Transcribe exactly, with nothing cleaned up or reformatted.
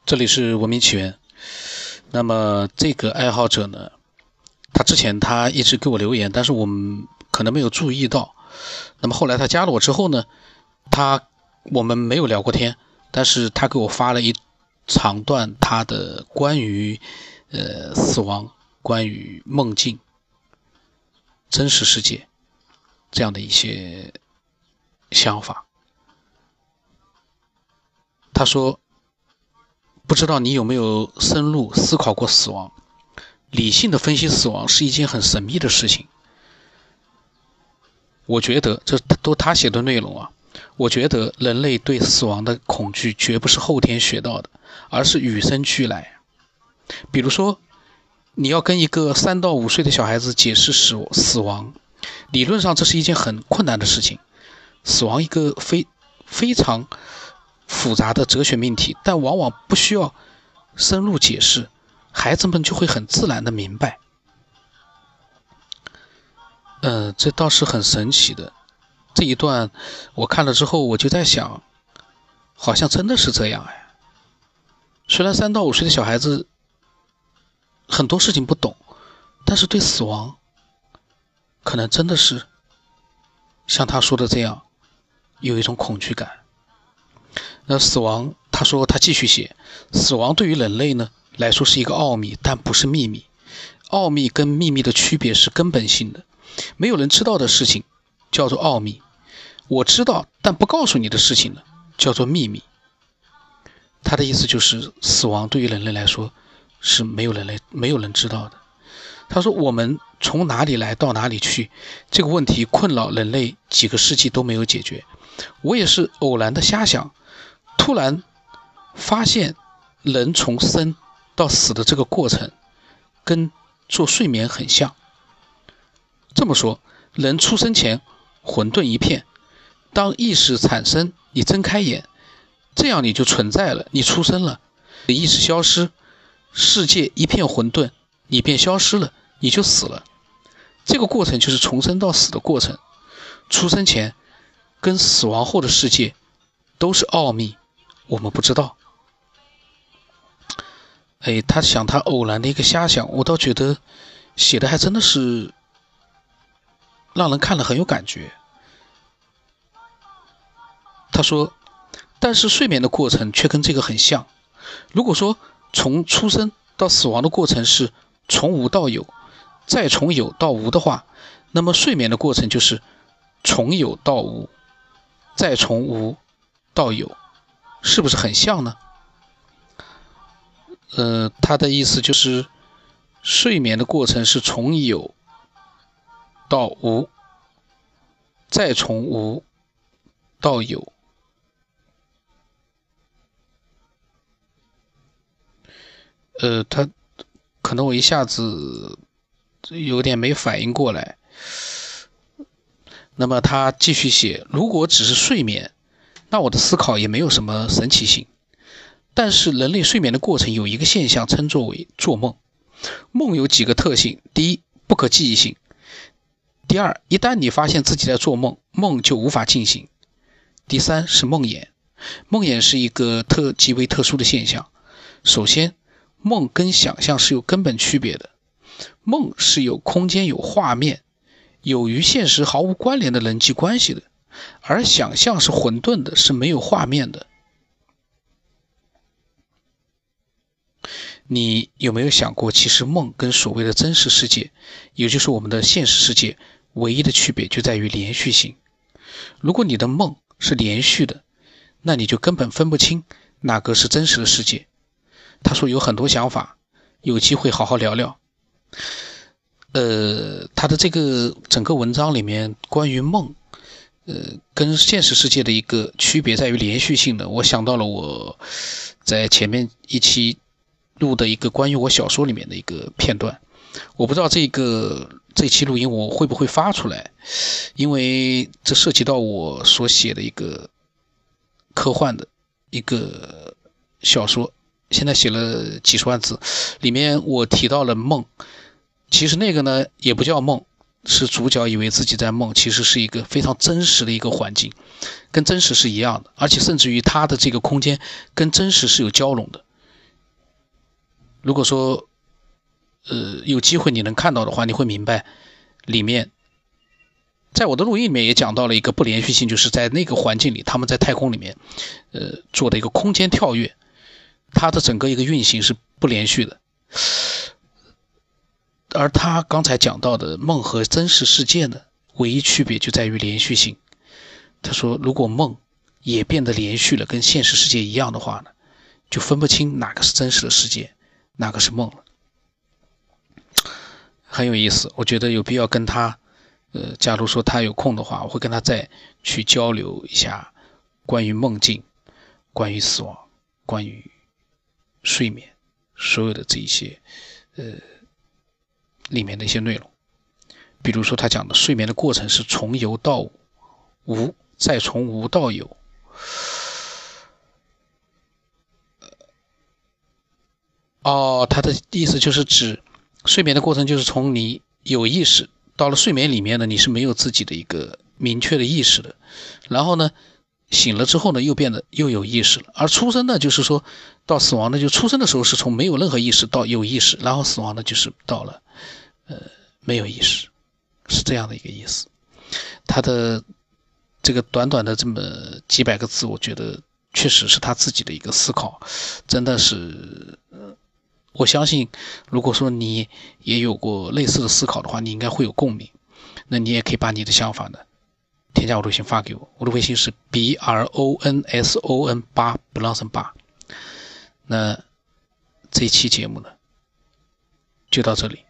这里是文明起源。那么这个爱好者呢，他之前他一直给我留言，但是我们可能没有注意到。那么后来他加了我之后呢，他我们没有聊过天，但是他给我发了一长段他的关于呃死亡、关于梦境、真实世界这样的一些想法。他说，不知道你有没有深入思考过死亡？理性的分析死亡是一件很神秘的事情。我觉得这都他写的内容啊。我觉得人类对死亡的恐惧绝不是后天学到的，而是与生俱来。比如说，你要跟一个三到五岁的小孩子解释死死亡，理论上这是一件很困难的事情。死亡一个非非常复杂的哲学命题，但往往不需要深入解释，孩子们就会很自然的明白。呃，这倒是很神奇的。这一段我看了之后，我就在想，好像真的是这样哎。虽然三到五岁的小孩子很多事情不懂，但是对死亡可能真的是像他说的这样，有一种恐惧感。那死亡，他说他继续写，死亡对于人类呢来说是一个奥秘，但不是秘密。奥秘跟秘密的区别是根本性的，没有人知道的事情叫做奥秘，我知道但不告诉你的事情呢叫做秘密。他的意思就是死亡对于人类来说是没有人类没有人知道的。他说我们从哪里来到哪里去这个问题困扰人类几个世纪都没有解决。我也是偶然的瞎想，突然发现人从生到死的这个过程跟做睡眠很像。这么说，人出生前混沌一片，当意识产生，你睁开眼，这样你就存在了，你出生了。意识消失，世界一片混沌，你便消失了，你就死了。这个过程就是从生到死的过程。出生前跟死亡后的世界都是奥秘，我们不知道。哎，他想他偶然的一个瞎想，我倒觉得写的还真的是让人看了很有感觉。他说，但是睡眠的过程却跟这个很像。如果说从出生到死亡的过程是从无到有，再从有到无的话，那么睡眠的过程就是从有到无，再从无到有，是不是很像呢？呃，他的意思就是睡眠的过程是从有到无，再从无到有。呃，他可能我一下子有点没反应过来。那么他继续写，如果只是睡眠，那我的思考也没有什么神奇性。但是人类睡眠的过程有一个现象称作为做梦。梦有几个特性：第一，不可记忆性；第二，一旦你发现自己在做梦，梦就无法进行；第三是梦魇。梦魇是一个特极为特殊的现象。首先，梦跟想象是有根本区别的。梦是有空间、有画面，有与现实毫无关联的人际关系的，而想象是混沌的，是没有画面的。你有没有想过，其实梦跟所谓的真实世界，也就是我们的现实世界，唯一的区别就在于连续性。如果你的梦是连续的，那你就根本分不清哪个是真实的世界。他说有很多想法，有机会好好聊聊。呃，他的这个整个文章里面关于梦呃，跟现实世界的一个区别在于连续性的，我想到了我在前面一期录的一个关于我小说里面的一个片段。我不知道这个这期录音我会不会发出来，因为这涉及到我所写的一个科幻的一个小说，现在写了几十万字，里面我提到了梦。其实那个呢也不叫梦，是主角以为自己在梦，其实是一个非常真实的一个环境，跟真实是一样的，而且甚至于他的这个空间跟真实是有交融的。 如果说呃有机会你能看到的话，你会明白里面，在我的录音里面也讲到了一个不连续性，就是在那个环境里，他们在太空里面呃做的一个空间跳跃，它的整个一个运行是不连续的。而他刚才讲到的梦和真实世界呢，唯一区别就在于连续性。他说如果梦也变得连续了，跟现实世界一样的话呢，就分不清哪个是真实的世界，哪个是梦了。很有意思，我觉得有必要跟他呃，假如说他有空的话，我会跟他再去交流一下关于梦境，关于死亡，关于睡眠，所有的这一些呃里面的一些内容。比如说他讲的睡眠的过程是从有到无，再从无到有。哦，他的意思就是指睡眠的过程就是从你有意识到了睡眠里面呢，你是没有自己的一个明确的意识的，然后呢醒了之后呢又变得又有意识了。而出生呢就是说到死亡呢，就出生的时候是从没有任何意识到有意识，然后死亡呢就是到了呃没有意识，是这样的一个意思。他的这个短短的这么几百个字，我觉得确实是他自己的一个思考，真的是呃我相信如果说你也有过类似的思考的话，你应该会有共鸣。那你也可以把你的想法呢添加我的微信发给我，我的微信是 B R O N S O N 八 Bronson 八。那这一期节目呢就到这里。